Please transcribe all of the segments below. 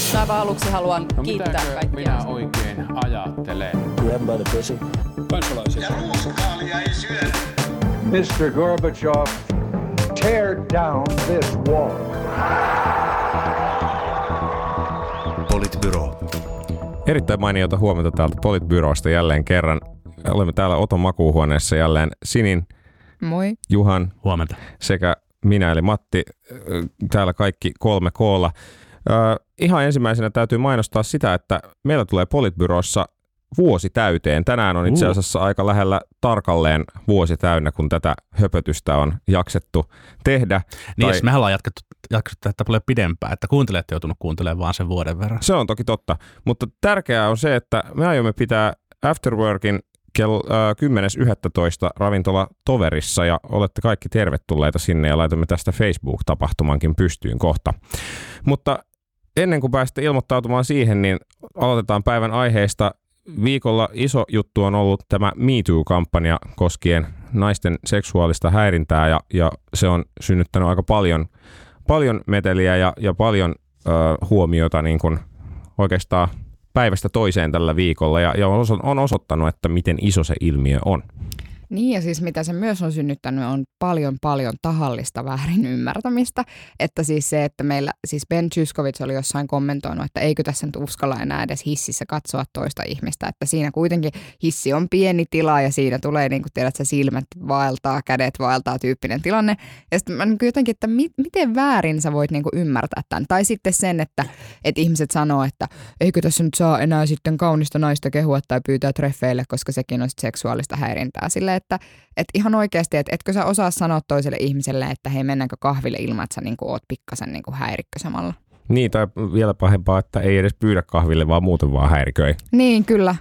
Aivan aluksi haluan kiittää kaikkia. Minä oikein ajattelen? Kansalaisia. Ja ruuskaalia ei syödä. Mr. Gorbachev, tear down this wall. Politbyro. Erittäin mainiota huomenta täältä Politbyrosta jälleen kerran. Olemme täällä Oton makuuhuoneessa jälleen Sinin, Moi. Juhan Huomenta. sekä minä eli Matti. Täällä kaikki 3 koolla. Ihan ensimmäisenä täytyy mainostaa sitä, että meillä tulee Politbyrossa vuosi täyteen. Tänään on itse asiassa aika lähellä tarkalleen vuosi täynnä, kun tätä höpötystä on jaksettu tehdä. Niin, jos mehän ollaan jatkettu että paljon pidempään, että kuuntelijat joutunut kuuntelemaan vaan sen vuoden verran. Se on toki totta, mutta tärkeää on se, että me aiomme pitää Afterworkin kello 10.11. ravintola Toverissa ja olette kaikki tervetulleita sinne ja laitamme tästä Facebook-tapahtumankin pystyyn kohta. Mutta ennen kuin pääsette ilmoittautumaan siihen, niin aloitetaan päivän aiheesta. Viikolla iso juttu on ollut tämä Me Too-kampanja koskien naisten seksuaalista häirintää ja se on synnyttänyt aika paljon meteliä ja paljon huomiota niin kuin oikeastaan päivästä toiseen tällä viikolla ja on osoittanut, että miten iso se ilmiö on. Niin ja siis mitä se myös on synnyttänyt on paljon tahallista väärin ymmärtämistä. Että siis se, että meillä siis Ben Zyskowicz oli jossain kommentoinut, että eikö tässä nyt uskalla enää edes hississä katsoa toista ihmistä. Että siinä kuitenkin hissi on pieni tila ja siinä tulee niin kuin tiedät, silmät vaeltaa, kädet vaeltaa tyyppinen tilanne. Ja sitten mä niin jotenkin, että miten väärin sä voit niin kuin ymmärtää tämän. Tai sitten sen, että ihmiset sanoo, että eikö tässä nyt saa enää sitten kaunista naista kehua tai pyytää treffeille, koska sekin on seksuaalista häirintää. Silleen, että ihan oikeasti, että etkö sä osaa sanoa toiselle ihmiselle, että hei mennäänkö kahville ilman, että sä niin kuin oot pikkasen niin kuin häirikkö samalla. Niin, tai vielä pahempaa, että ei edes pyydä kahville, vaan muuten vaan häiriköi. Niin, kyllä.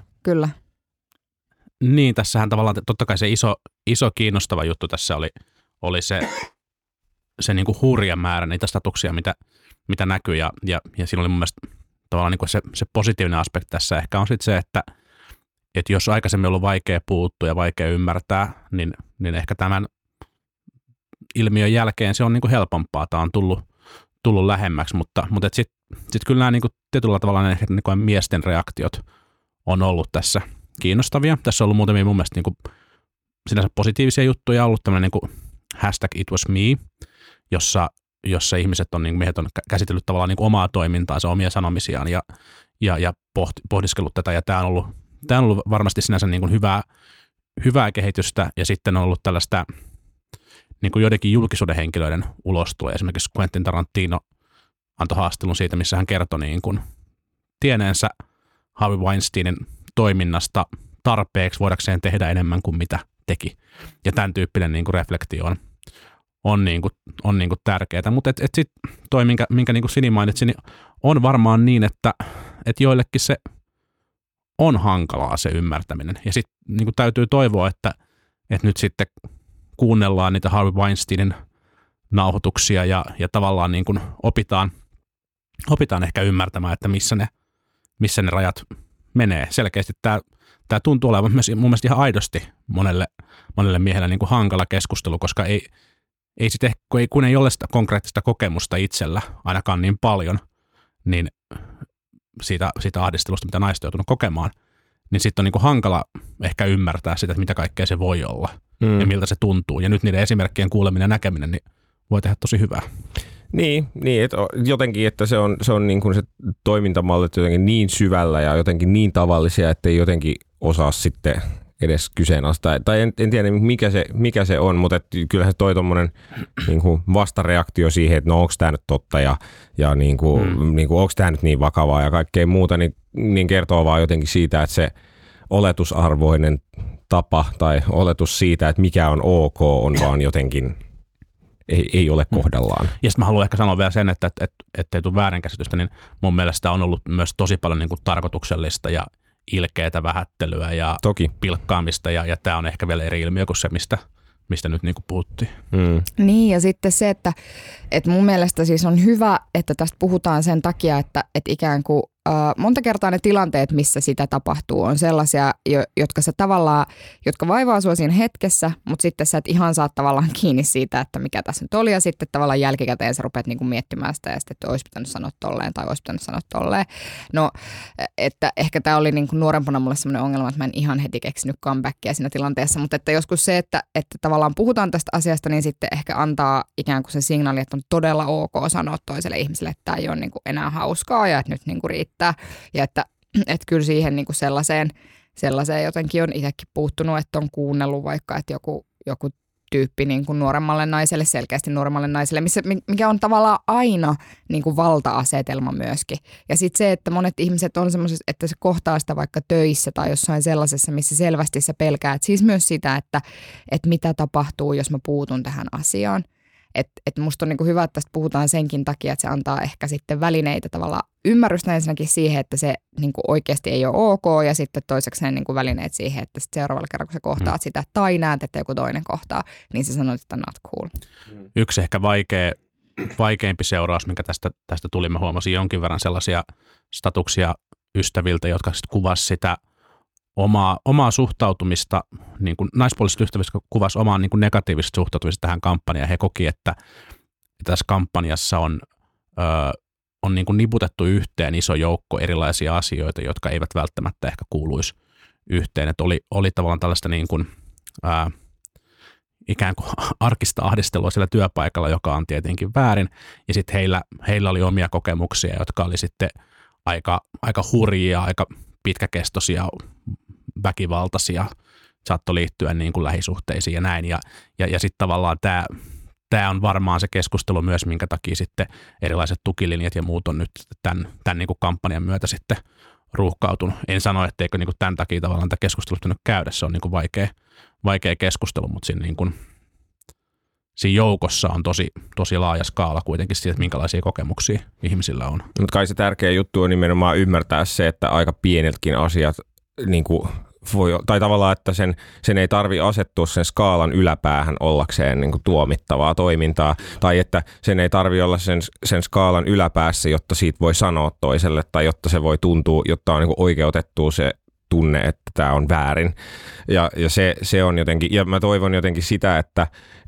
Niin, tässähän tavallaan totta kai se iso kiinnostava juttu tässä oli se niin kuin hurja määrä niitä statuksia, mitä näkyy ja siinä oli mun mielestä tavallaan niin kuin se positiivinen aspekti tässä ehkä on sitten se, että jos aikaisemmin on ollut vaikea puuttua ja vaikea ymmärtää, niin ehkä tämän ilmiön jälkeen se on niin kuin helpompaa. Tämä on tullut lähemmäksi, mutta sitten kyllä nämä niin kuin tietyllä tavalla ne niin kuin miesten reaktiot on ollut tässä kiinnostavia. Tässä on ollut muutamia mun mielestä niin kuin sinänsä positiivisia juttuja, on ollut tämmöinen niin kuin #itwasme, jossa ihmiset on, niin miehet on käsitellyt tavallaan niin kuin omaa toimintaansa, omia sanomisiaan ja pohdiskellut tätä ja tämä on ollut varmasti sinänsä niin kuin hyvää kehitystä ja sitten on ollut tällaista niin kuin joidenkin julkisuuden henkilöiden ulostulo. Esimerkiksi Quentin Tarantino antoi haastattelun siitä, missä hän kertoi niin kuin tieneensä Harvey Weinsteinin toiminnasta tarpeeksi voidakseen tehdä enemmän kuin mitä teki. Ja tämän tyyppinen niin kuin reflektio on niin kuin tärkeää. Mutta sitten toi, minkä niin kuin Sini mainitsi, niin on varmaan niin, että joillekin se on hankalaa se ymmärtäminen. Ja sitten niin täytyy toivoa, että nyt sitten kuunnellaan niitä Harvey Weinsteinin nauhoituksia ja tavallaan niin kuin opitaan ehkä ymmärtämään, että missä ne rajat menee. Selkeästi tämä tuntuu olevan myös mun mielestä ihan aidosti monelle miehelle niin kuin hankala keskustelu, koska kun ei ole sitä konkreettista kokemusta itsellä ainakaan niin paljon, niin siitä ahdistelusta, mitä naiset on joutunut kokemaan, niin sitten on niin kuin hankala ehkä ymmärtää sitä, että mitä kaikkea se voi olla ja miltä se tuntuu. Ja nyt niiden esimerkkien kuuleminen ja näkeminen niin voi tehdä tosi hyvää. Niin että jotenkin, että se on niin kuin se toimintamallit jotenkin niin syvällä ja jotenkin niin tavallisia, että ei jotenkin osaa sitten edes kyseenalaistaa. Tai en tiedä, mikä se on, mutta kyllähän se toi tommonen niin kuin vastareaktio siihen, että no onko tämä nyt totta ja niin kuin onko tämä nyt niin vakavaa ja kaikkea muuta, niin kertoo vaan jotenkin siitä, että se oletusarvoinen tapa tai oletus siitä, että mikä on ok, on vaan jotenkin ei ole kohdallaan. Ja sitten mä haluan ehkä sanoa vielä sen, että ettei tule väärinkäsitystä, niin mun mielestä on ollut myös tosi paljon niin kuin tarkoituksellista ja ilkeätä vähättelyä ja toki pilkkaamista ja tämä on ehkä vielä eri ilmiö kuin se, mistä nyt niin kuin puhuttiin. Niin ja sitten se, että mun mielestä siis on hyvä, että tästä puhutaan sen takia, että ikään kuin monta kertaa ne tilanteet, missä sitä tapahtuu, on sellaisia, jotka vaivaa sua siinä hetkessä, mutta sitten sä et ihan saa tavallaan kiinni siitä, että mikä tässä nyt oli, ja sitten tavallaan jälkikäteen sä rupeat niinku miettimään sitä, ja sitten, että olisi pitänyt sanoa tolleen, tai olisi pitänyt sanoa tolleen. No, että ehkä tämä oli niinku nuorempana mulle sellainen ongelma, että mä en ihan heti keksinyt comebackia siinä tilanteessa, mutta että joskus se, että tavallaan puhutaan tästä asiasta, niin sitten ehkä antaa ikään kuin se signaali, että on todella ok sanoa toiselle ihmiselle, että tämä ei ole niinku enää hauskaa, ja että nyt niinku riittää. Ja että kyllä siihen niinku sellaiseen jotenkin on itsekin puuttunut, että on kuunnellut vaikka, että joku tyyppi niin kuin nuoremmalle naiselle, selkeästi nuoremmalle naiselle, mikä on tavallaan aina niin kuin valta-asetelma myöskin. Ja sitten se, että monet ihmiset on semmoisessa, että se kohtaa sitä vaikka töissä tai jossain sellaisessa, missä selvästi sä pelkäät. Siis myös sitä, että mitä tapahtuu, jos mä puutun tähän asiaan. Että musta on niinku hyvä, että tästä puhutaan senkin takia, että se antaa ehkä sitten välineitä tavallaan ymmärrystä ensinnäkin siihen, että se niinku oikeasti ei ole ok, ja sitten toisekseen niinku välineet siihen, että sit seuraavalla kerralla, kun sä kohtaat sitä tai näet, että joku toinen kohtaa, niin sä sanot, että not cool. Yksi ehkä vaikeampi seuraus, minkä tästä tuli, mä huomasin jonkin verran sellaisia statuksia ystäviltä, jotka sitten kuvasi sitä omaa suhtautumista, niin kuin naispuoliset ystävistä kuvasi omaa niin kuin negatiivista suhtautumista tähän kampanjaan. He koki, että tässä kampanjassa on niin kuin niputettu yhteen iso joukko erilaisia asioita, jotka eivät välttämättä ehkä kuuluisi yhteen. Että oli tavallaan tällaista niin kuin, ikään kuin arkista ahdistelua sillä työpaikalla, joka on tietenkin väärin. Ja sitten heillä oli omia kokemuksia, jotka oli sitten aika hurjia, aika pitkäkestoisia, väkivaltaisia, saattoi liittyä niin kuin lähisuhteisiin ja näin. Ja sitten tavallaan tämä on varmaan se keskustelu myös, minkä takia sitten erilaiset tukilinjat ja muut on nyt tämän niin kuin kampanjan myötä sitten ruuhkautunut. En sano, etteikö niin kuin tämän takia tavallaan tätä keskustelua pitänyt käydä. Se on niin kuin vaikea keskustelu, mutta siinä joukossa on tosi laaja skaala kuitenkin siitä, että minkälaisia kokemuksia ihmisillä on. Mutta kai se tärkeä juttu on nimenomaan ymmärtää se, että aika pienetkin asiat niin kuin tai tavallaan, että sen ei tarvitse asettua sen skaalan yläpäähän ollakseen niin kuin tuomittavaa toimintaa, tai että sen ei tarvitse olla sen skaalan yläpäässä, jotta siitä voi sanoa toiselle, tai jotta se voi tuntua, jotta on niin kuin oikeutettua se tunne, että tämä on väärin. Ja se on jotenkin, ja mä toivon jotenkin sitä, että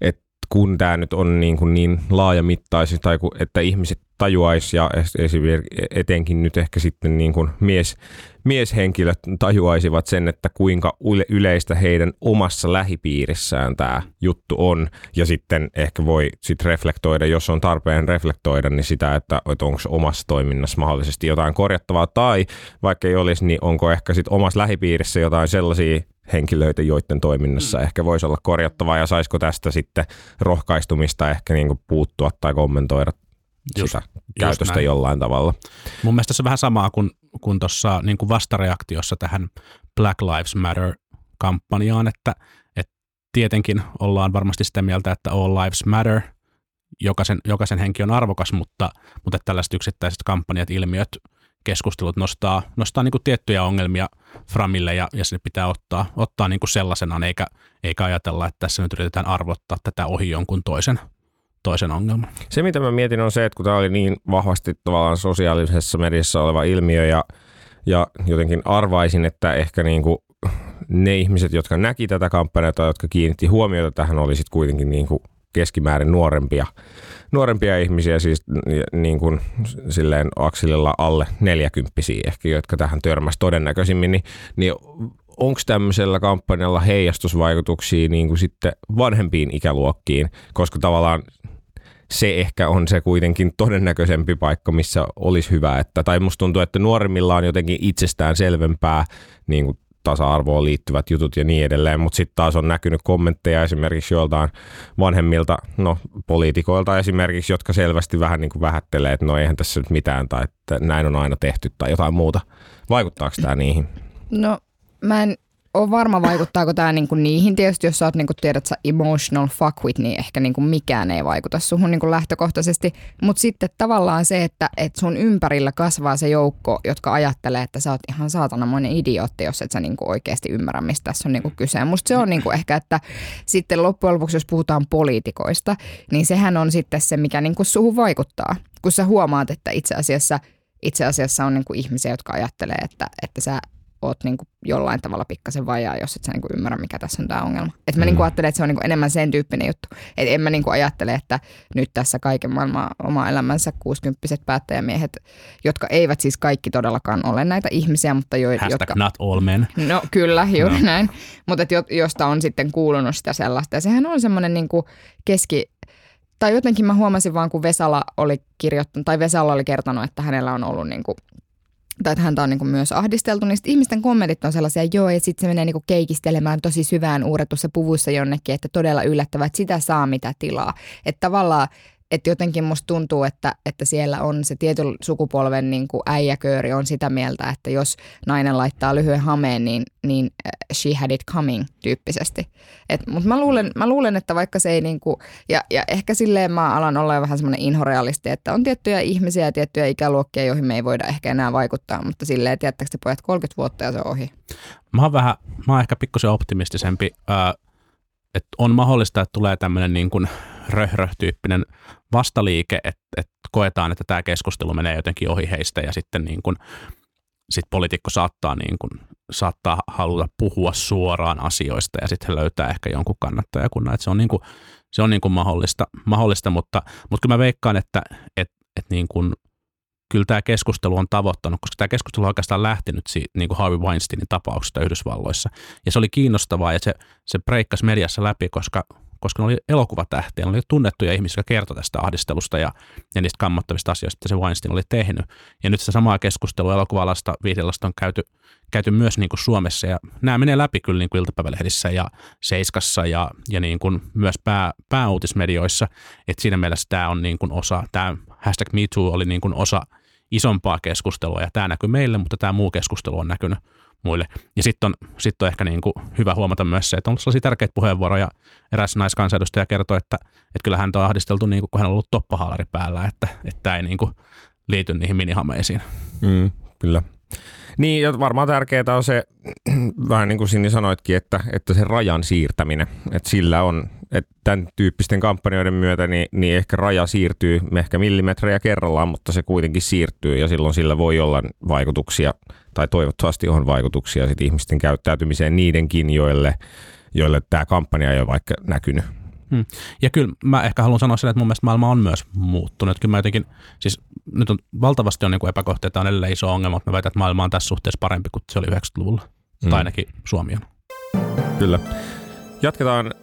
kun tämä nyt on niin laajamittaisesti, tai että ihmiset tajuaisi, ja esimerkiksi etenkin nyt ehkä sitten niin kuin mieshenkilöt tajuaisivat sen, että kuinka yleistä heidän omassa lähipiirissään tämä juttu on, ja sitten ehkä voi sitten reflektoida, jos on tarpeen reflektoida, niin sitä, että onko omassa toiminnassa mahdollisesti jotain korjattavaa, tai vaikka ei olisi, niin onko ehkä sitten omassa lähipiirissä jotain sellaisia henkilöitä, joiden toiminnassa ehkä voisi olla korjattavaa, ja saisiko tästä sitten rohkaistumista ehkä niin kuin puuttua tai kommentoida sitä käytöstä näin jollain tavalla. Mun mielestä se on vähän samaa kuin tuossa niin kuin vastareaktiossa tähän Black Lives Matter-kampanjaan, että tietenkin ollaan varmasti sitä mieltä, että all lives matter, jokaisen henki on arvokas, mutta tällaiset yksittäiset kampanjat, ilmiöt, keskustelut nostaa niin kuin tiettyjä ongelmia framille ja se pitää ottaa niin kuin sellaisenaan, eikä ajatella, että tässä nyt yritetään arvottaa tätä ohi jonkun toisen ongelman. Se, mitä mä mietin, on se, että kun tämä oli niin vahvasti tavallaan sosiaalisessa mediassa oleva ilmiö ja jotenkin arvaisin, että ehkä niin kuin ne ihmiset, jotka näki tätä kampanjaa tai jotka kiinnitti huomiota tähän, oli sitten kuitenkin niin kuin keskimäärin nuorempia ihmisiä, siis niin kuin silleen akselilla alle 40-vuotiaita ehkä, jotka tähän törmäsi todennäköisimmin, niin onko tämmöisellä kampanjalla heijastusvaikutuksia niin kuin sitten vanhempiin ikäluokkiin, koska tavallaan se ehkä on se kuitenkin todennäköisempi paikka, missä olisi hyvä, tai musta tuntuu, että nuoremmilla on jotenkin itsestään selvempää niin kuin tasa-arvoon liittyvät jutut ja niin edelleen, mutta sitten taas on näkynyt kommentteja esimerkiksi joiltain vanhemmilta, poliitikoilta esimerkiksi, jotka selvästi vähän niin kuin vähättelee, että no eihän tässä nyt mitään, tai että näin on aina tehty, tai jotain muuta. Vaikuttaako tämä niihin? No, mä en ole varma, vaikuttaako tämä niinku niihin. Tietysti jos sä oot, niinku, tiedät sä, emotional fuck with, niin ehkä niinku mikään ei vaikuta suhun niinku lähtökohtaisesti. Mutta sitten tavallaan se, että sun ympärillä kasvaa se joukko, jotka ajattelee, että sä oot ihan saatanamoinen idiootti, jos et sä niinku oikeasti ymmärrä, mistä tässä on niinku kyse. Musta se on niinku ehkä, että sitten loppujen lopuksi, jos puhutaan poliitikoista, niin sehän on sitten se, mikä niinku suhun vaikuttaa. Kun sä huomaat, että itse asiassa itse asiassa on niin kuin ihmisiä, jotka ajattelee, että sä oot niin kuin jollain tavalla pikkasen vajaa, jos et sä niin kuin ymmärrä, mikä tässä on tämä ongelma. Että mä niin kuin ajattelen, että se on niin kuin enemmän sen tyyppinen juttu. Että en mä niin kuin ajattele, että nyt tässä kaiken maailman oma elämänsä 60-vuotiaat päättäjämiehet, jotka eivät siis kaikki todellakaan ole näitä ihmisiä, mutta jotka... not all men. No kyllä, juuri näin. Mutta josta on sitten kuulunut sitä sellaista. Ja sehän on semmoinen niin kuin tai jotenkin mä huomasin vaan, kun Vesala oli kirjoittanut, tai Vesala oli kertonut, että hänellä on ollut niin kuin, tai että häntä on niin kuin myös ahdisteltu, niin ihmisten kommentit on sellaisia, joo, ja sitten se menee niin kuin keikistelemään tosi syvään uuretussa puvussa jonnekin, että todella yllättävää, että sitä saa mitä tilaa. Että tavallaan, että jotenkin musta tuntuu, että siellä on se tietyn sukupolven niin kuin äijäkööri on sitä mieltä, että jos nainen laittaa lyhyen hameen, niin she had it coming tyyppisesti. Mutta mä luulen, että vaikka se ei niinku, ja ehkä silleen mä alan olla vähän semmoinen inhorealisti, että on tiettyjä ihmisiä ja tiettyjä ikäluokkia, joihin me ei voida ehkä enää vaikuttaa, mutta silleen, tiedättekö te pojat 30 vuotta ja se on ohi. Mä oon ehkä pikkusen optimistisempi, että on mahdollista, että tulee tämmöinen niin kuin röhrö-tyyppinen vastaliike, että koetaan, että tämä keskustelu menee jotenkin ohi heistä ja sitten niin kuin, sit poliitikko saattaa haluta puhua suoraan asioista ja sitten he löytää ehkä jonkun kannattajakunnan. Että se on niin kuin mahdollista, mutta kyllä mä veikkaan, että niin kuin, kyllä tämä keskustelu on tavoittanut, koska tämä keskustelu on oikeastaan lähtenyt niin kuin Harvey Weinsteinin tapauksesta Yhdysvalloissa. Ja se oli kiinnostavaa ja se breikkasi mediassa läpi, koska ne oli elokuvatähtiä, ne oli tunnettuja ihmisiä, jotka kertoi tästä ahdistelusta ja niistä kammottavista asioista, että se Weinstein oli tehnyt. Ja nyt sitä samaa keskustelua elokuva-alasta, viihdealasta on käyty myös niin kuin Suomessa. Ja nämä menee läpi kyllä niin kuin iltapäivälehdissä ja Seiskassa ja niin kuin myös pääuutismedioissa. Että siinä mielessä tämä on niin kuin osa, tämä #MeToo oli niin kuin osa isompaa keskustelua ja tämä näkyy meille, mutta tämä muu keskustelu on näkynyt muille. Ja sitten on ehkä niin kuin hyvä huomata myös se, että on sellaisia tärkeitä puheenvuoroja. Eräs naiskansanedustaja kertoi, että kyllä häntä on ahdisteltu, niin kuin, kun hän on ollut toppahaalari päällä, että tämä ei niin kuin liity niihin minihameisiin. Kyllä. Niin, ja varmaan tärkeää on se, vähän niin kuin Sini sanoitkin, että se rajan siirtäminen, että sillä on, että tämän tyyppisten kampanjoiden myötä niin ehkä raja siirtyy ehkä millimetrejä kerrallaan, mutta se kuitenkin siirtyy ja silloin sillä voi olla vaikutuksia, tai toivottavasti on vaikutuksia sit ihmisten käyttäytymiseen niidenkin, joille tämä kampanja ei ole vaikka näkynyt. Ja kyllä mä ehkä haluan sanoa sen, että mun mielestä maailma on myös muuttunut. Kyllä mä jotenkin, siis nyt on valtavasti on niin kuin epäkohteita, on edelleen iso ongelma, mutta mä väitän, että maailma on tässä suhteessa parempi kuin se oli 90-luvulla. Tai ainakin Suomi on. Kyllä. Jatketaan,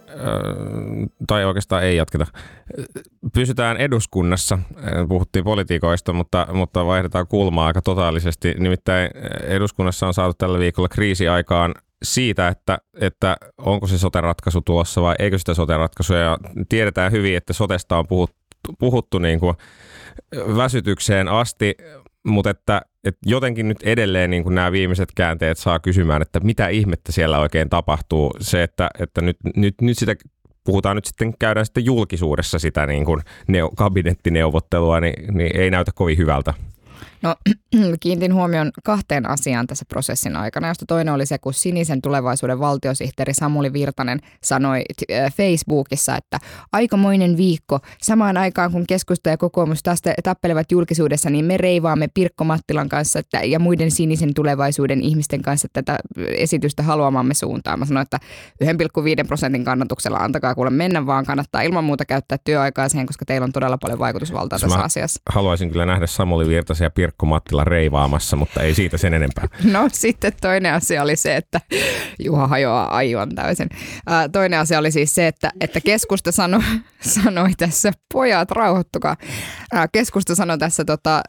tai oikeastaan ei jatketa. Pysytään eduskunnassa. Puhuttiin politiikoista, mutta vaihdetaan kulmaa aika totaalisesti. Nimittäin eduskunnassa on saatu tällä viikolla kriisiaikaan siitä, että onko se sote-ratkaisu tulossa vai eikö sitä sote-ratkaisua. Ja tiedetään hyvin, että sotesta on puhuttu niin kuin väsytykseen asti, mutta että jotenkin nyt edelleen niin kuin nämä viimeiset käänteet saa kysymään, että mitä ihmettä siellä oikein tapahtuu. Se, että nyt sitä puhutaan nyt sitten, käydään sitten julkisuudessa sitä niin kuin kabinettineuvottelua, niin ei näytä kovin hyvältä. No kiinnitin huomioon 2 asiaan tässä prosessin aikana, josta toinen oli se, kun Sinisen tulevaisuuden valtiosihteeri Samuli Virtanen sanoi Facebookissa, että aikamoinen viikko. Samaan aikaan kun keskusta ja kokoomus tästä tappelevat julkisuudessa, niin me reivaamme Pirkko Mattilan kanssa ja muiden Sinisen tulevaisuuden ihmisten kanssa tätä esitystä haluamamme suuntaan. Mä sanoin, että 1,5% kannatuksella antakaa kuule mennä, vaan kannattaa ilman muuta käyttää työaikaa siihen, koska teillä on todella paljon vaikutusvaltaa tässä asiassa. Haluaisin kyllä nähdä Samuli Virtasen ja Pirkko Mattila reivaamassa, mutta ei siitä sen enempää. No sitten toinen asia oli se, että Juha hajoaa aivan täysin. Toinen asia oli siis se, että keskusta sanoi tässä, pojat rauhoittukaa. Keskusta sanoi tässä,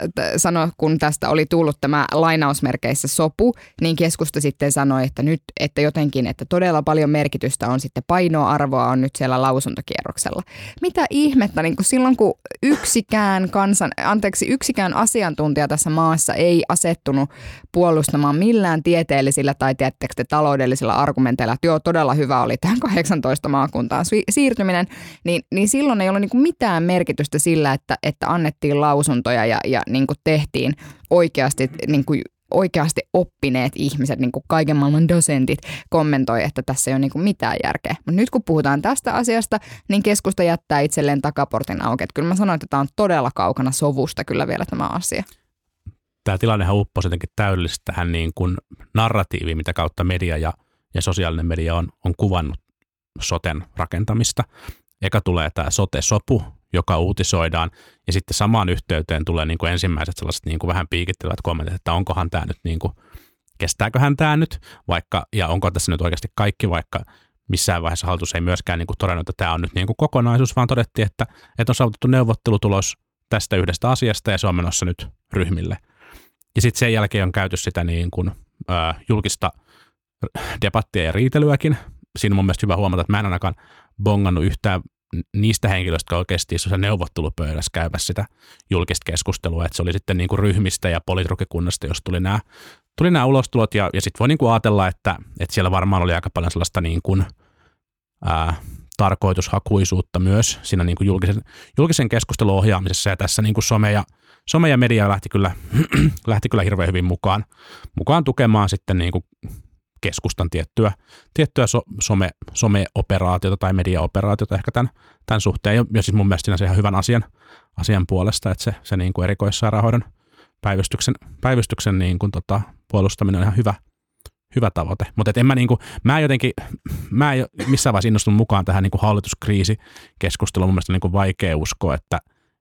kun tästä oli tullut tämä lainausmerkeissä sopu, niin keskusta sitten sanoi, että nyt, että jotenkin, että todella paljon merkitystä on sitten painoarvoa on nyt siellä lausuntokierroksella. Mitä ihmettä, niin kuin silloin kun yksikään asiantuntija tässä maassa ei asettunut puolustamaan millään tieteellisillä tai taloudellisilla argumenteilla, että joo, todella hyvä oli tämä 18 maakuntaan siirtyminen, niin silloin ei ollut niin kuin mitään merkitystä sillä, että annettiin lausuntoja ja niin kuin tehtiin oikeasti niin kuin oikeasti oppineet ihmiset, niin kuin kaiken maailman dosentit, kommentoi, että tässä ei ole niin kuin mitään järkeä. Mutta nyt kun puhutaan tästä asiasta, niin keskusta jättää itselleen takaportin auki. Että kyllä mä sanoin, että tämä on todella kaukana sovusta kyllä vielä tämä asia. tämä tilannehan upposi jotenkin täydellisesti tähän niin kuin narratiiviin, mitä kautta media ja sosiaalinen media on kuvannut soten rakentamista. Eka tulee tämä sote-sopu, joka uutisoidaan, ja sitten samaan yhteyteen tulee niin kuin ensimmäiset sellaiset niin kuin vähän piikittelevät kommentit, että onkohan tämä nyt, niin kuin, kestääköhän tämä nyt, vaikka, ja onko tässä nyt oikeasti kaikki, vaikka missään vaiheessa hallitus ei myöskään niin kuin todennut, että tämä on nyt niin kuin kokonaisuus, vaan todettiin, että on saavutettu neuvottelutulos tästä yhdestä asiasta, ja se on menossa nyt ryhmille. Ja sitten sen jälkeen on käyty sitä niin kuin, julkista debattia ja riitelyäkin. Siinä on mun mielestä hyvä huomata, että mä en ainakaan bongannut yhtään niistä henkilöistä, jotka oikeasti isossa neuvottelupöydässä käymässä sitä julkista keskustelua, että se oli sitten niin kuin ryhmistä ja poliitrukikunnasta, jos tuli nämä ulostulot, ja sitten voi niin kuin ajatella, että siellä varmaan oli aika paljon sellaista niin kuin, tarkoitushakuisuutta myös siinä niin kuin julkisen keskustelun ohjaamisessa, ja tässä niin kuin some ja media lähti kyllä hirveän hyvin mukaan tukemaan sitten niin kuin keskustan tiettyä some-operaatiota tai mediaoperaatiota ehkä tämän suhteen. Ja siis mun mielestä siinä se ihan hyvän asian puolesta, että se niin kuin erikoissairaanhoidon päivystyksen niin kuin puolustaminen on ihan hyvä tavoite. Mutta mä en missään vaiheessa innostunut mukaan tähän niin kuin hallituskriisikeskusteluun. Mun mielestä on niin kuin vaikea uskoa, että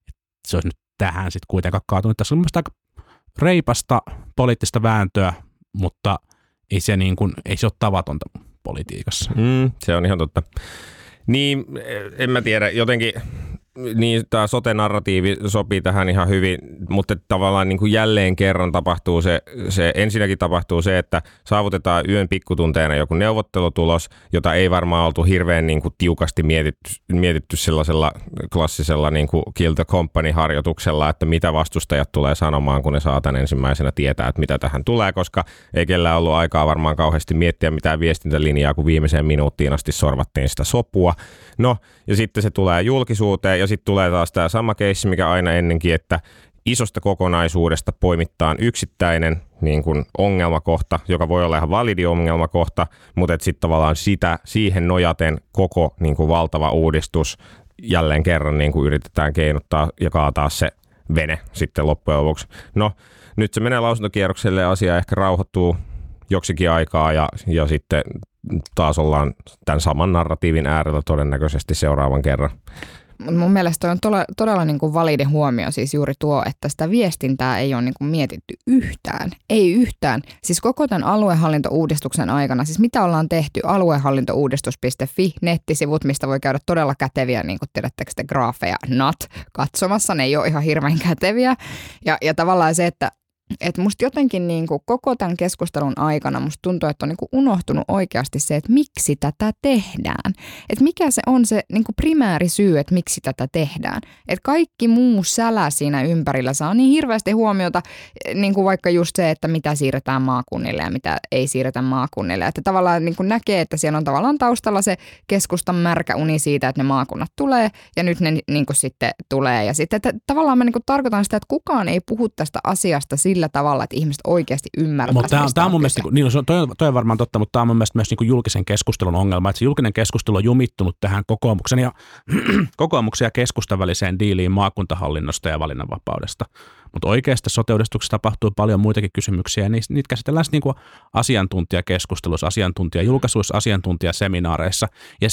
se olisi nyt tähän sitten kuitenkaan kaatunut. Tässä on mun mielestä aika reipasta poliittista vääntöä, mutta ei se ole tavatonta politiikassa. Se on ihan totta. Niin, en mä tiedä, jotenkin niin tämä sote-narratiivi sopii tähän ihan hyvin, mutta tavallaan niin kuin jälleen kerran tapahtuu ensinnäkin tapahtuu se, että saavutetaan yön pikkutunteena joku neuvottelutulos, jota ei varmaan oltu hirveän niin kuin tiukasti mietitty sellaisella klassisella niin kuin Kill the Company-harjoituksella, että mitä vastustajat tulee sanomaan, kun ne saatan ensimmäisenä tietää, että mitä tähän tulee, koska ei kellään ollut aikaa varmaan kauheasti miettiä mitään viestintälinjaa, kun viimeiseen minuuttiin asti sorvattiin sitä sopua. No, ja sitten se tulee julkisuuteen, ja sitten tulee taas tämä sama keissi, mikä aina ennenkin, että isosta kokonaisuudesta poimittaan yksittäinen niin kuin ongelmakohta, joka voi olla ihan validi ongelmakohta, mutta sitten tavallaan siihen nojaten koko niin kuin valtava uudistus jälleen kerran niin kuin yritetään keinuttaa ja kaataa se vene sitten loppujen lopuksi. No, nyt se menee lausuntokierrokselle ja asia ehkä rauhoittuu joksikin aikaa ja sitten taas ollaan tämän saman narratiivin äärellä todennäköisesti seuraavan kerran. Mun mielestä toi on todella niin kuin validi huomio, siis juuri tuo, että sitä viestintää ei ole niin kuin mietitty yhtään. Ei yhtään. Siis koko tämän aluehallintouudistuksen aikana, siis mitä ollaan tehty, aluehallintouudistus.fi, nettisivut, mistä voi käydä todella käteviä, niin kuin tiedättekö te graafeja, katsomassa, ne ei ole ihan hirveän käteviä. Ja tavallaan se, että musta jotenkin niin kuin koko tämän keskustelun aikana musta tuntuu, että on niin kuin unohtunut oikeasti se, että miksi tätä tehdään. Että mikä se on se niin kuin primääri syy, että miksi tätä tehdään. Että kaikki muu sälä siinä ympärillä saa niin hirveästi huomiota, niin kuin vaikka just se, että mitä siirretään maakunnille ja mitä ei siirretä maakunnille. Että tavallaan niin kuin näkee, että siellä on tavallaan taustalla se keskustan märkä uni siitä, että ne maakunnat tulee ja nyt ne niin kuin sitten tulee. Ja sitten että tavallaan mä niin kuin tarkoitan sitä, että kukaan ei puhu tästä asiasta sillä tavalla, että ihmiset oikeasti ymmärtävät. Mutta tämä on mun mielestä, toi on varmaan totta, mutta tämä on mun mielestä myös niin kuin julkisen keskustelun ongelma, että se julkinen keskustelu on jumittunut tähän kokoomuksen ja keskustan väliseen diiliin maakuntahallinnosta ja valinnanvapaudesta. Mutta oikeasta sote-uudistuksessa tapahtuu paljon muitakin kysymyksiä, ja niitä käsitellään niin kuin asiantuntijakeskusteluissa, asiantuntijajulkaisuissa, asiantuntijaseminaareissa, ja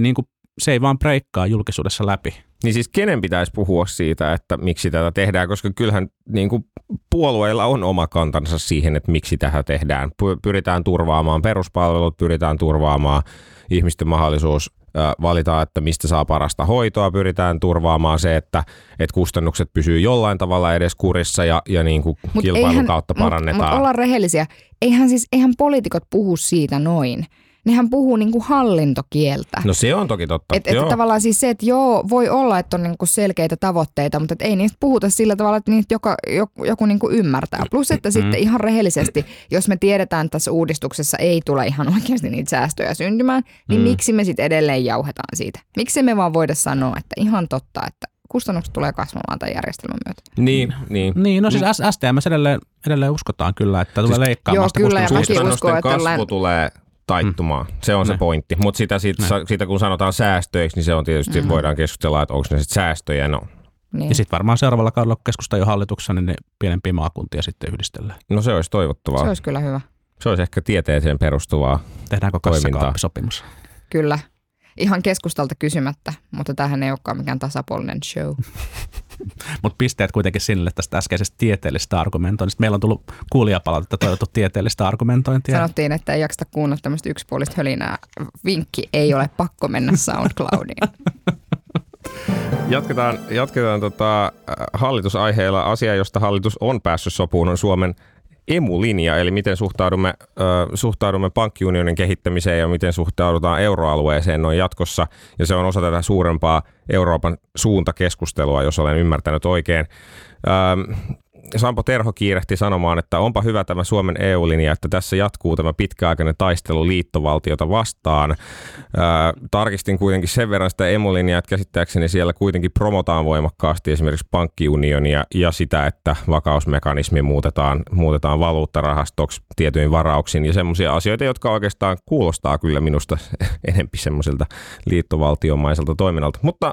se ei vaan breikkaa julkisuudessa läpi. Niin siis kenen pitäisi puhua siitä, että miksi tätä tehdään, koska kyllähän niin kuin puolueilla on oma kantansa siihen, että miksi tähän tehdään. Pyritään turvaamaan peruspalvelut, pyritään turvaamaan ihmisten mahdollisuus valita, että mistä saa parasta hoitoa, pyritään turvaamaan se, että kustannukset pysyy jollain tavalla edes kurissa ja niin kuin kilpailun kautta parannetaan. Mutta ollaan rehellisiä. Eihän poliitikot puhu siitä noin. Nehän puhuu niinku hallintokieltä. No se on toki totta. Että tavallaan siis se, että joo, voi olla, että on niinku selkeitä tavoitteita, mutta ei niistä puhuta sillä tavalla, että niitä joku niinku ymmärtää. Plus, että sitten ihan rehellisesti, jos me tiedetään, että tässä uudistuksessa ei tule ihan oikeasti niitä säästöjä syntymään, niin miksi me sitten edelleen jauhetaan siitä? Miksi me vaan voida sanoa, että ihan totta, että kustannukset tulee kasvamaan tämän järjestelmän myötä? Niin, no siis STM:ssä edelleen uskotaan kyllä, että tulee leikkaamaan sitä kustannusten kasvu tulee taittumaan. Se on se pointti. Mutta sitä kun sanotaan säästöiksi, niin se on tietysti, voidaan keskustella, että onko ne sitten säästöjä. No, Niin. Ja sitten varmaan seuraavalla kaudella, kun keskusta ei ole hallituksessa, niin ne pienempiä maakuntia sitten yhdistellään. No se olisi toivottavaa. Se olisi kyllä hyvä. Se olisi ehkä tieteeseen perustuvaa Tehdäänkö kassakaappisopimus? Kyllä. Ihan keskustalta kysymättä, mutta tämähän ei olekaan mikään tasapuolinen show. Mutta pisteet kuitenkin sinne tästä äskeisestä tieteellisestä argumentoinnista. Meillä on tullut kuulijapalautetta toivottu tieteellistä argumentointia. Sanottiin, että ei jaksa kuunnella tämmöistä yksipuolista hölinää. Vinkki, ei ole pakko mennä SoundCloudiin. Jatketaan hallitusaiheella. Asia, josta hallitus on päässyt sopuun, on Suomen emulinja, eli miten suhtaudumme pankkiunionin kehittämiseen ja miten suhtaudutaan euroalueeseen noin jatkossa. Ja se on osa tätä suurempaa Euroopan suuntakeskustelua, jos olen ymmärtänyt oikein. Sampo Terho kiirehti sanomaan, että onpa hyvä tämä Suomen EU-linja, että tässä jatkuu tämä pitkäaikainen taistelu liittovaltiota vastaan. Tarkistin kuitenkin sen verran sitä emulinjaa, että käsittääkseni siellä kuitenkin promotaan voimakkaasti esimerkiksi pankkiunionia ja sitä, että vakausmekanismi muutetaan valuuttarahastoksi tietyin varauksin ja semmoisia asioita, jotka oikeastaan kuulostaa kyllä minusta enempi semmoiselta liittovaltiomaiselta toiminnalta. Mutta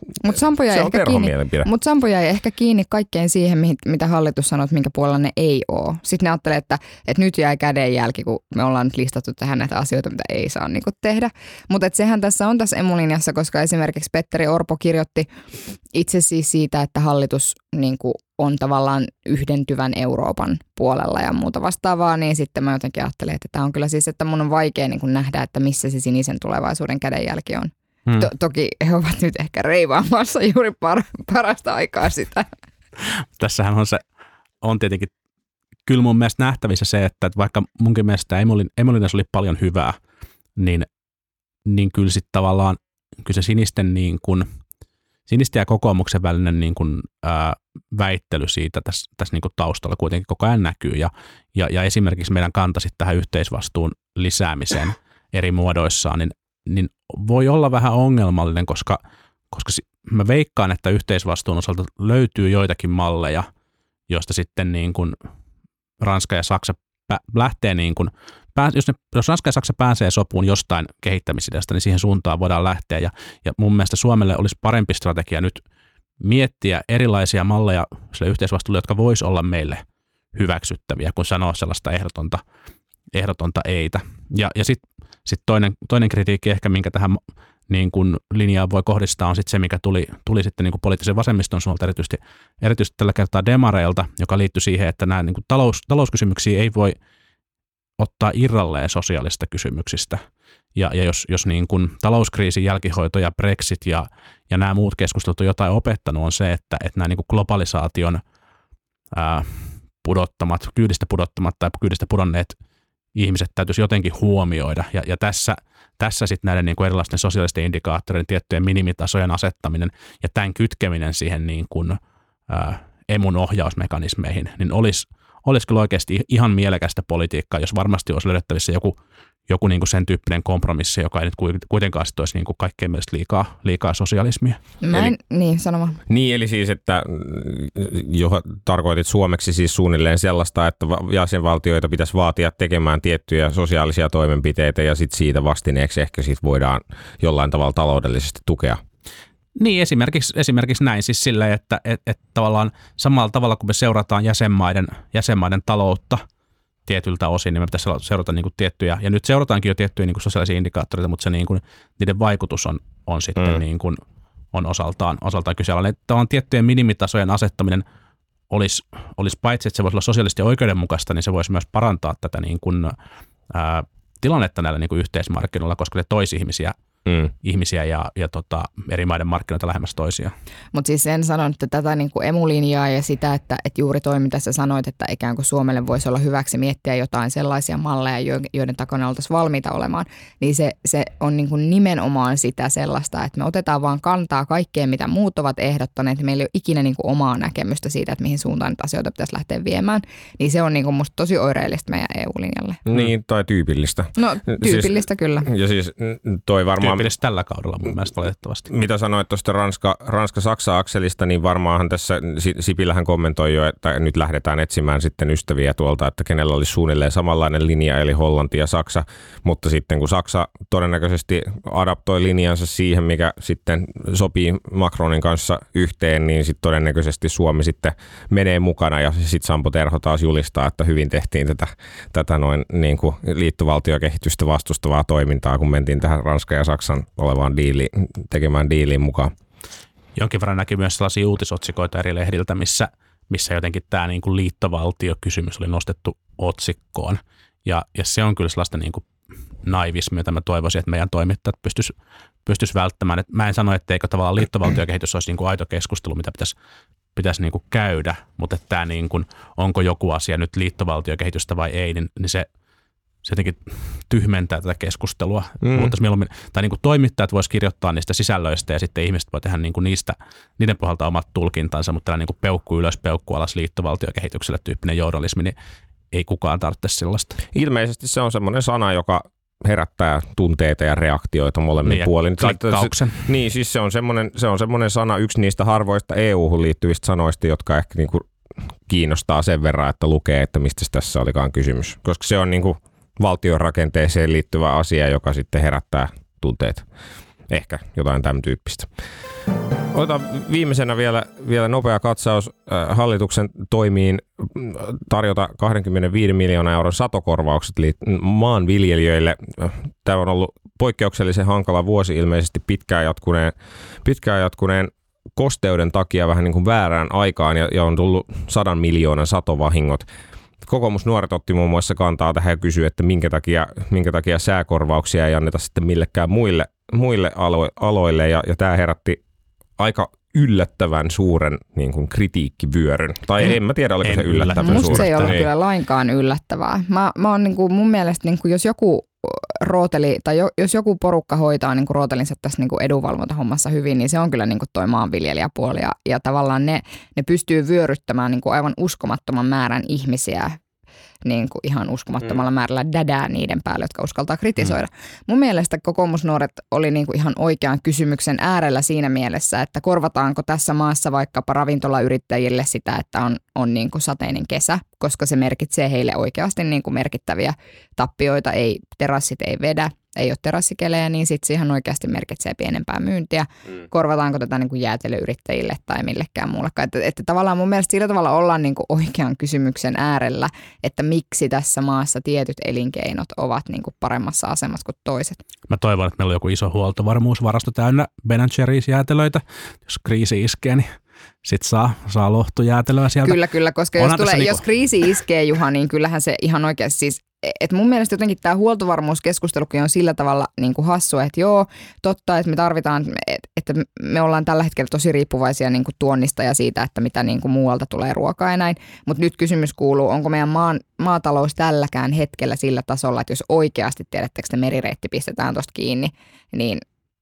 Sampo jäi ehkä kiinni kaikkeen siihen, mitä hallitus sanoo, että minkä puolella ne ei ole. Sitten ne ajattelee, että nyt jäi kädenjälki, kun me ollaan nyt listattu tähän näitä asioita, mitä ei saa niin kuin tehdä. Mutta sehän tässä on tässä emulinjassa, koska esimerkiksi Petteri Orpo kirjoitti itse siis siitä, että hallitus niin kuin on tavallaan yhdentyvän Euroopan puolella ja muuta vastaavaa, niin sitten mä jotenkin ajattelen, että tämä on kyllä siis, että mun on vaikea niin kuin nähdä, että missä se sinisen tulevaisuuden kädenjälki on. Toki he ovat nyt ehkä reivaamassa juuri parasta aikaa sitä. Tässähän on tietenkin kyllä mun mielestä nähtävissä se, että vaikka munkin mielestä emulinjassa oli paljon hyvää, niin kyllä sitten tavallaan kyllä se sinisten ja kokoomuksen välinen niin kuin, väittely siitä tässä niin kuin taustalla kuitenkin koko ajan näkyy ja esimerkiksi meidän kanta sitten tähän yhteisvastuun lisäämiseen eri muodoissaan, niin voi olla vähän ongelmallinen, koska mä veikkaan, että yhteisvastuun osalta löytyy joitakin malleja, joista sitten niin kuin Ranska ja Saksa lähtee niin kuin, jos Ranska ja Saksa pääsee sopuun jostain kehittämisideasta, niin siihen suuntaan voidaan lähteä ja mun mielestä Suomelle olisi parempi strategia nyt miettiä erilaisia malleja sille yhteisvastuulle, jotka vois olla meille hyväksyttäviä, kun sanoo sellaista ehdotonta eitä. Ja sitten toinen kritiikki ehkä, minkä tähän niin kuin linjaa voi kohdistaa, on sitten se, mikä tuli sitten niin kuin poliittisen vasemmiston suunnalta erityisesti tällä kertaa demareilta, joka liittyy siihen, että nämä niin kuin talouskysymyksiä ei voi ottaa irralleen sosiaalista kysymyksistä. Ja jos niin kuin talouskriisin jälkihoito ja Brexit ja nämä muut keskustelut on jotain opettanut, on se, että nämä niin kuin globalisaation kyydistä pudottamat tai kyydistä pudonneet ihmiset täytyisi jotenkin huomioida. Ja tässä sitten näiden niin kuin erilaisten sosiaalisten indikaattoreiden tiettyjen minimitasojen asettaminen ja tämän kytkeminen siihen niin kuin, emun ohjausmekanismeihin, niin olisi kyllä oikeasti ihan mielekästä politiikkaa, jos varmasti olisi löydettävissä joku niin kuin sen tyyppinen kompromissi, joka ei nyt kuitenkaan sitten olisi niin kuin kaikkein mielestä liikaa sosialismia. Sanomaan. Niin, eli siis, että tarkoitit suomeksi siis suunnilleen sellaista, että jäsenvaltioita pitäisi vaatia tekemään tiettyjä sosiaalisia toimenpiteitä ja sitten siitä vastineeksi ehkä sit voidaan jollain tavalla taloudellisesti tukea. Niin, esimerkiksi näin siis silleen, että tavallaan samalla tavalla kun me seurataan jäsenmaiden taloutta tietyltä osin, niin me pitäisi seurata niin kuin tiettyjä, ja nyt seurataankin jo tiettyjä niin kuin sosiaalisia indikaattoreita, mutta se niin kuin, niiden vaikutus on sitten niin kuin, on osaltaan kyseenalainen. Tavallaan tiettyjen minimitasojen asettaminen olisi paitsi, että se voisi olla sosiaalisesti oikeudenmukaista, niin se voisi myös parantaa tätä niin kuin, tilannetta näillä niin kuin yhteismarkkinoilla, koska se toisi ihmisiä ja eri maiden markkinoita lähemmäs toisiaan. Mutta siis sen sanon, että tätä niin kuin emulinjaa ja sitä, että juuri toi, mitä sä sanoit, että ikään kuin Suomelle voisi olla hyväksi miettiä jotain sellaisia malleja, joiden takana oltaisiin valmiita olemaan, niin se on niin kuin nimenomaan sitä sellaista, että me otetaan vaan kantaa kaikkeen, mitä muut ovat ehdottaneet, ja meillä ei ole ikinä niin kuin omaa näkemystä siitä, että mihin suuntaan niitä asioita pitäisi lähteä viemään, niin se on niin kuin musta tosi oireellista meidän EU-linjalle. Niin, tai tyypillistä. No, tyypillistä siis, kyllä. Ja siis toi varmaan edes tällä kaudella mun mielestä valitettavasti. Mitä sanoit tuosta Ranska-Saksa-akselista, niin varmaanhan tässä Sipilähän kommentoi jo, että nyt lähdetään etsimään sitten ystäviä tuolta, että kenellä olisi suunnilleen samanlainen linja, eli Hollanti ja Saksa, mutta sitten kun Saksa todennäköisesti adaptoi linjansa siihen, mikä sitten sopii Macronin kanssa yhteen, niin sitten todennäköisesti Suomi sitten menee mukana ja sitten Sampo Terho taas julistaa, että hyvin tehtiin tätä noin niin kuin liittovaltiokehitystä vastustavaa toimintaa, kun mentiin tähän Ranskan ja Saksan olevaan tekemään diiliin mukaan. Jonkin verran näkyy myös sellaisia uutisotsikoita eri lehdiltä, missä jotenkin tämä niin kuin liittovaltiokysymys oli nostettu otsikkoon. Ja se on kyllä sellaista niin kuin naivismia, jota mä toivoisin, että meidän toimittajat pystyisi välttämään. Et mä en sano, etteikö tavallaan liittovaltiokehitys olisi niin kuin aito keskustelu, mitä pitäisi niin kuin käydä, mutta että tämä niin kuin, onko joku asia nyt liittovaltiokehitystä vai ei, niin se jotenkin tyhmentää tätä keskustelua. Mutta tai niin kuin toimittajat voisi kirjoittaa niistä sisällöistä ja sitten ihmiset voi tehdä niin kuin niiden pohjalta omat tulkintansa, mutta tällainen niin kuin peukku ylös, peukku alas liittovaltiokehitykselle tyyppinen journalismi, niin ei kukaan tarvitse sellaista. Ilmeisesti se on semmoinen sana, joka herättää tunteita ja reaktioita molemmin puolin. Klikkauksen. Niin, siis se on semmoinen sana, yksi niistä harvoista EU-hun liittyvistä sanoista, jotka ehkä niinku kiinnostaa sen verran, että lukee, että mistä tässä olikaan kysymys. Koska se on niinku valtion rakenteeseen liittyvä asia, joka sitten herättää tunteita. Ehkä jotain tämän tyyppistä. Otetaan viimeisenä vielä nopea katsaus hallituksen toimiin tarjota 25 miljoonaa euron satokorvaukset maanviljelijöille. Tämä on ollut poikkeuksellisen hankala vuosi ilmeisesti pitkään jatkuneen kosteuden takia vähän niin kuin väärään aikaan ja on tullut 100 miljoonan satovahingot. Kokoomusnuoret otti muun muassa kantaa tähän ja kysyi, että minkä takia sääkorvauksia ei anneta sitten millekään muille aloille ja tämä herätti aika yllättävän suuren niin kuin kritiikkivyöryn. Tai en mä tiedä, oliko se yllättävän suuren. Musta se ei ollut kyllä lainkaan yllättävää. Mä oon niin kuin, mun mielestä, niin kuin, jos joku rooteli tai jos joku porukka hoitaa niin kuin rootelinsa tässä niin kuin edunvalvontahommassa hyvin, niin se on kyllä niin kuin toi maanviljelijäpuoli. Ja tavallaan ne pystyy vyöryttämään niin kuin aivan uskomattoman määrän ihmisiä niin kuin ihan uskomattomalla määrällä dädää niiden päälle, jotka uskaltaa kritisoida. Mun mielestä kokoomusnuoret oli niin kuin ihan oikean kysymyksen äärellä siinä mielessä, että korvataanko tässä maassa vaikkapa ravintolayrittäjille sitä, että on niin kuin sateinen kesä, koska se merkitsee heille oikeasti niin kuin merkittäviä tappioita. Terassit ei vedä, ei ole terassikelejä, niin sitten siihen oikeasti merkitsee pienempää myyntiä. Korvataanko tätä niin kuin jäätelöyrittäjille tai millekään muullekaan. Että tavallaan mun mielestä sillä tavalla ollaan niin kuin oikean kysymyksen äärellä, että miksi tässä maassa tietyt elinkeinot ovat niin kuin paremmassa asemassa kuin toiset. Mä toivon, että meillä on joku iso huoltovarmuusvarasto täynnä Ben & Jerry's jäätelöitä. Jos kriisi iskee, niin sitten saa lohtujäätelöä sieltä. Kyllä, koska jos kriisi iskee, Juha, niin kyllähän se ihan oikeasti siis, että mun mielestä jotenkin tämä huoltovarmuuskeskustelukin on sillä tavalla niin kuin hassua, että joo, totta, että me tarvitaan, että me ollaan tällä hetkellä tosi riippuvaisia niin kuin tuonnista ja siitä, että mitä niin kuin muualta tulee ruokaa ja näin. Mutta nyt kysymys kuuluu, onko meidän maatalous tälläkään hetkellä sillä tasolla, että jos oikeasti tiedättekö, että merireitti pistetään tuosta kiinni, niin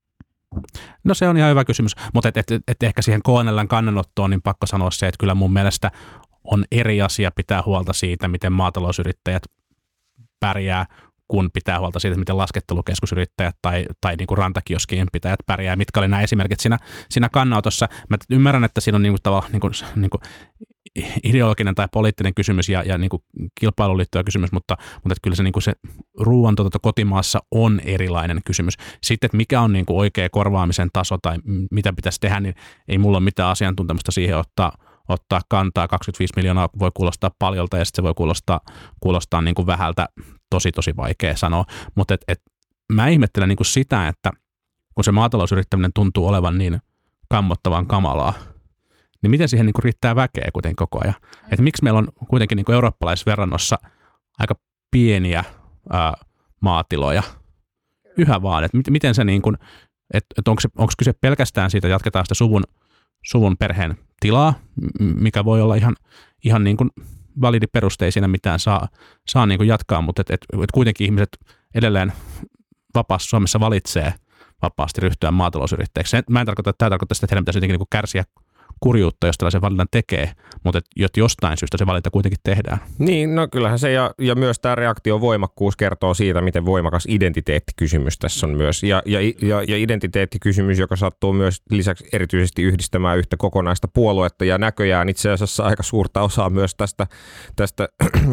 no se on ihan hyvä kysymys, mutta et ehkä siihen KNL:n kannanottoon niin pakko sanoa se, että kyllä mun mielestä on eri asia pitää huolta siitä, miten maatalousyrittäjät pärjää, kun pitää huolta siitä, miten laskettelukeskusyrittäjät tai niin kuin rantakioskien pitäjät pärjää. Mitkä oli nämä esimerkit siinä kannanotossa. Mä ymmärrän, että siinä on niin kuin ideologinen tai poliittinen kysymys ja niin kuin kilpailuun liittyvä kysymys, mutta kyllä se, niin kuin se ruoantuotanto kotimaassa on erilainen kysymys. Sitten, että mikä on niin kuin oikea korvaamisen taso tai mitä pitäisi tehdä, niin ei mulla ole mitään asiantuntemusta siihen ottaa kantaa. 25 miljoonaa voi kuulostaa paljolta ja sitten se voi kuulostaa niin kuin vähältä, tosi vaikea sanoa. Mutta mä ihmettelen niin kuin sitä, että kun se maatalousyrittäminen tuntuu olevan niin kammottavan kamalaa, niin miten siihen niin kuin riittää väkeä kuitenkin koko ajan? Että miksi meillä on kuitenkin niin kuin eurooppalaisverrannossa aika pieniä maatiloja yhä vaan? Että miten se niin kuin, että onko kyse pelkästään siitä, että jatketaan sitä suvun perheen tilaa, mikä voi olla ihan niin kuin validi peruste, ei siinä mitään saa niin kuin jatkaa, mutta et kuitenkin ihmiset edelleen vapaassa Suomessa valitsee vapaasti ryhtyä maatalousyrittäjäksi. Mä en tarkoita, että tämä tarkoittaa sitä, että heidän pitäisi jotenkin niin kuin kärsiä kurjuutta, jos tällaisen valinnan tekee, mutta jostain syystä se valinta kuitenkin tehdään. Niin, no kyllähän se ja myös tämä reaktion voimakkuus kertoo siitä, miten voimakas identiteettikysymys tässä on myös. Ja identiteettikysymys, joka sattuu myös lisäksi erityisesti yhdistämään yhtä kokonaista puoluetta ja näköjään itse asiassa aika suurta osaa myös tästä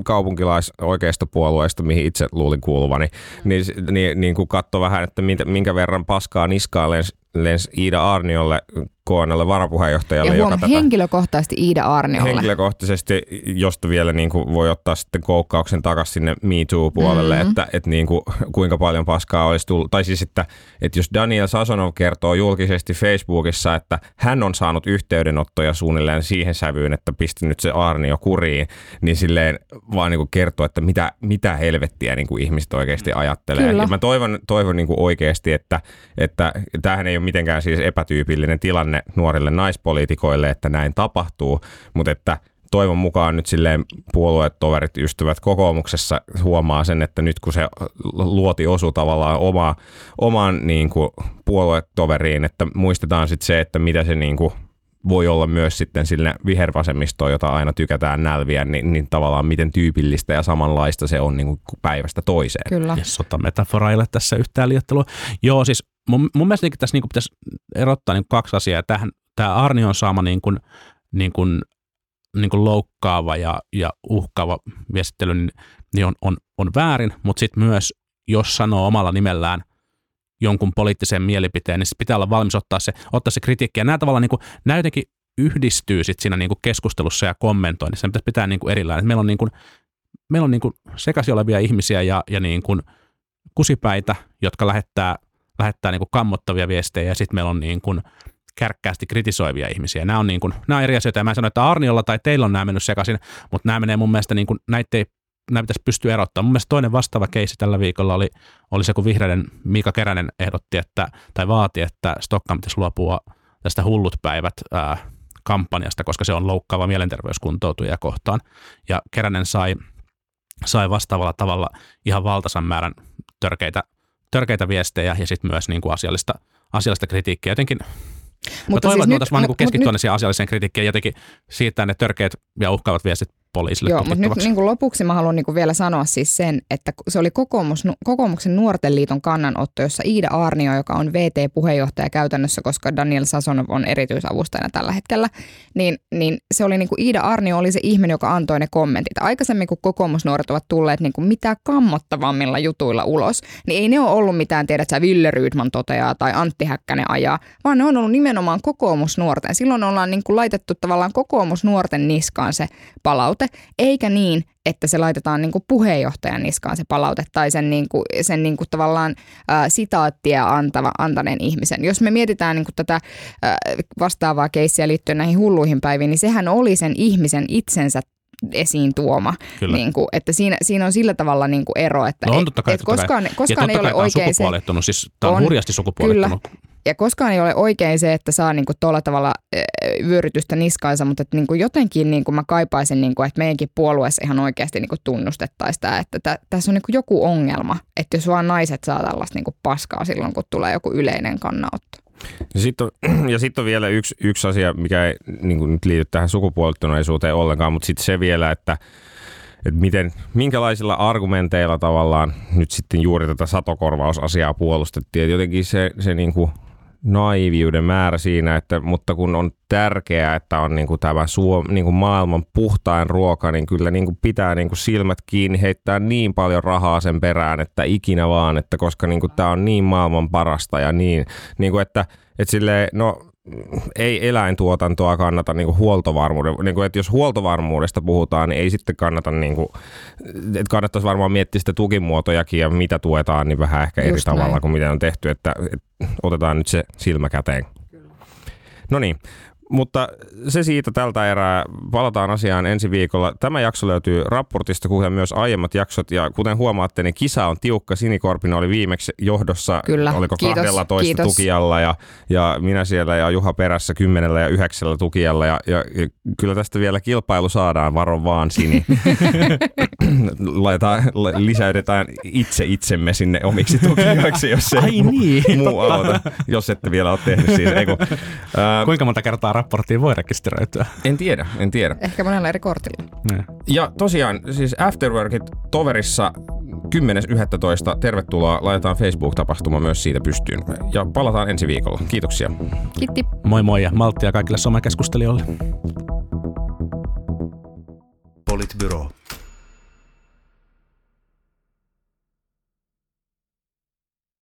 kaupunkilaisoikeistopuolueesta, mihin itse luulin kuuluvani, niin kun katsoi vähän, että minkä verran paskaa niskaa lensi Iida Aarniolle, KNL:n varapuheenjohtajalle. Ja henkilökohtaisesti Iida Aarniolle. Henkilökohtaisesti, josta vielä niin kuin voi ottaa sitten koukkauksen takaisin sinne Me Too-puolelle, että niin kuin, kuinka paljon paskaa olisi tullut. Tai siis, että jos Daniel Sasonov kertoo julkisesti Facebookissa, että hän on saanut yhteydenottoja suunnilleen siihen sävyyn, että pisti nyt se Aarnio kuriin, niin silleen vaan niin kuin kertoo, että mitä helvettiä niin kuin ihmiset oikeasti ajattelee. Kyllä. Ja mä toivon niin kuin oikeasti, että tämähän ei ole mitenkään siis epätyypillinen tilanne nuorille naispoliitikoille, että näin tapahtuu, mutta että toivon mukaan nyt silleen puoluetoverit, ystävät kokoomuksessa huomaa sen, että nyt kun se luoti osui tavallaan omaan niin kuin puoluetoveriin, että muistetaan sitten se, että mitä se niin kuin voi olla myös sitten sille vihervasemmistoon, jota aina tykätään nälviä, niin tavallaan miten tyypillistä ja samanlaista se on niin kuin päivästä toiseen. Kyllä. Ja sotametaforaille tässä yhtään liioittelua. Joo, siis mun mielestä tässä niin kuin pitäisi erottaa niin kuin kaksi asiaa. Tämä Aarnion saama niin kuin loukkaava ja uhkaava viestittely niin on väärin, mutta sitten myös, jos sanoo omalla nimellään jonkun poliittisen mielipiteen, niin pitää olla valmis ottaa se kritiikki. Ja nämä tavallaan nämä jotenkin yhdistyy sit siinä keskustelussa ja kommentoinnissa. Ne pitäisi pitää erilainen. Meillä on sekaisin olevia ihmisiä ja kusipäitä, jotka lähettää kammottavia viestejä, ja sitten meillä on kärkkäästi kritisoivia ihmisiä. Nämä on eri asioita, ja mä en sano, että Aarniolla tai teillä on nämä mennyt sekaisin, mutta nämä menee mun mielestä, näitä pitäisi pystyä erottamaan. Mun mielestä toinen vastaava keissi tällä viikolla oli se, kun vihreiden Miika Keränen ehdotti, tai vaati, että Stockholm pitäisi luopua tästä hullut päivät kampanjasta, koska se on loukkaava mielenterveyskuntoutujia kohtaan. Ja Keränen sai vastaavalla tavalla ihan valtaisan määrän törkeitä viestejä ja sitten myös asiallista kritiikkiä. Jotenkin mä toivon, että voitaisiin vaan keskittyä siihen asialliseen kritiikkiin ja jotenkin siirtää ne törkeät ja uhkaavat viestit poliisille. Joo, mutta nyt lopuksi mä haluan vielä sanoa siis sen, että se oli kokoomuksen nuorten liiton kannanotto, jossa Iida Aarnio, joka on VT-puheenjohtaja käytännössä, koska Daniel Sasonov on erityisavustajana tällä hetkellä, niin se oli Iida Aarnio oli se ihminen, joka antoi ne kommentit. Aikaisemmin, kun kokoomusnuoret ovat tulleet mitä kammottavammilla jutuilla ulos, niin ei ne ole ollut mitään, tiedätkö, Ville Rydman toteaa tai Antti Häkkänen ajaa, vaan ne on ollut nimenomaan kokoomusnuorten. Silloin ollaan laitettu tavallaan kokoomusnuorten niskaan se palaute, eikä niin, että se laitetaan puheenjohtajan niskaan se palaute tai sen tavallaan sitaattia antaneen ihmisen. Jos me mietitään tätä vastaavaa keissiä liittyen näihin hulluihin päiviin, niin sehän oli sen ihmisen itsensä esiin tuoma. Että siinä on sillä tavalla ero, että no on totta kai, koskaan ei ole oikein se. Siis tämä on hurjasti sukupuolittunut. Kyllä. Ja koskaan ei ole oikein se, että saa tuolla tavalla vyörytystä niskaansa, mutta että jotenkin mä kaipaisin, että meidänkin puolueessa ihan oikeasti tunnustettaisiin tämä, että tässä on joku ongelma, että jos vaan naiset saa tällaista paskaa silloin, kun tulee joku yleinen kannanotto. Ja sitten on vielä yksi asia, mikä ei nyt liity tähän sukupuolittuneisuuteen ollenkaan, mutta sitten se vielä, että minkälaisilla argumenteilla tavallaan nyt sitten juuri tätä satokorvausasiaa puolustettiin. Et jotenkin se naiviuden määrä siinä, mutta kun on tärkeää, että on tämä maailman puhtain ruoka, niin kyllä pitää silmät kiinni, heittää niin paljon rahaa sen perään, että ikinä vaan, että koska tämä on niin maailman parasta ja että silleen, ei eläintuotantoa kannata huoltovarmuuden, että jos huoltovarmuudesta puhutaan, niin ei sitten kannata, että kannattaisi varmaan miettiä sitä tukimuotojakin ja mitä tuetaan, niin vähän ehkä eri tavalla kuin mitä on tehty, että otetaan nyt se silmä käteen. No niin. Mutta se siitä tältä erää. Palataan asiaan ensi viikolla. Tämä jakso löytyy raportista, kuten myös aiemmat jaksot. Ja kuten huomaatte, niin kisa on tiukka. Sini Korpinen oli viimeksi johdossa. Kyllä. Oliko Kiitos. 12 tukijalla ja minä siellä ja Juha perässä 10 ja 9 tukijalla. Ja kyllä tästä vielä kilpailu saadaan. Varo vaan, Sini. lisäydetään itse itsemme sinne omiksi tukijoiksi, jos se muu auta, jos ette vielä ole tehnyt siis. Kuinka monta kertaa raporttiin voi rekisteröityä? En tiedä. Ehkä monella eri kortilla. Ja tosiaan siis Afterworkit Toverissa 10.11. Tervetuloa. Laitetaan Facebook-tapahtuma myös siitä pystyyn. Ja palataan ensi viikolla. Kiitoksia. Kiitti. Moi moi ja malttia kaikille somekeskustelijoille. Politbyro.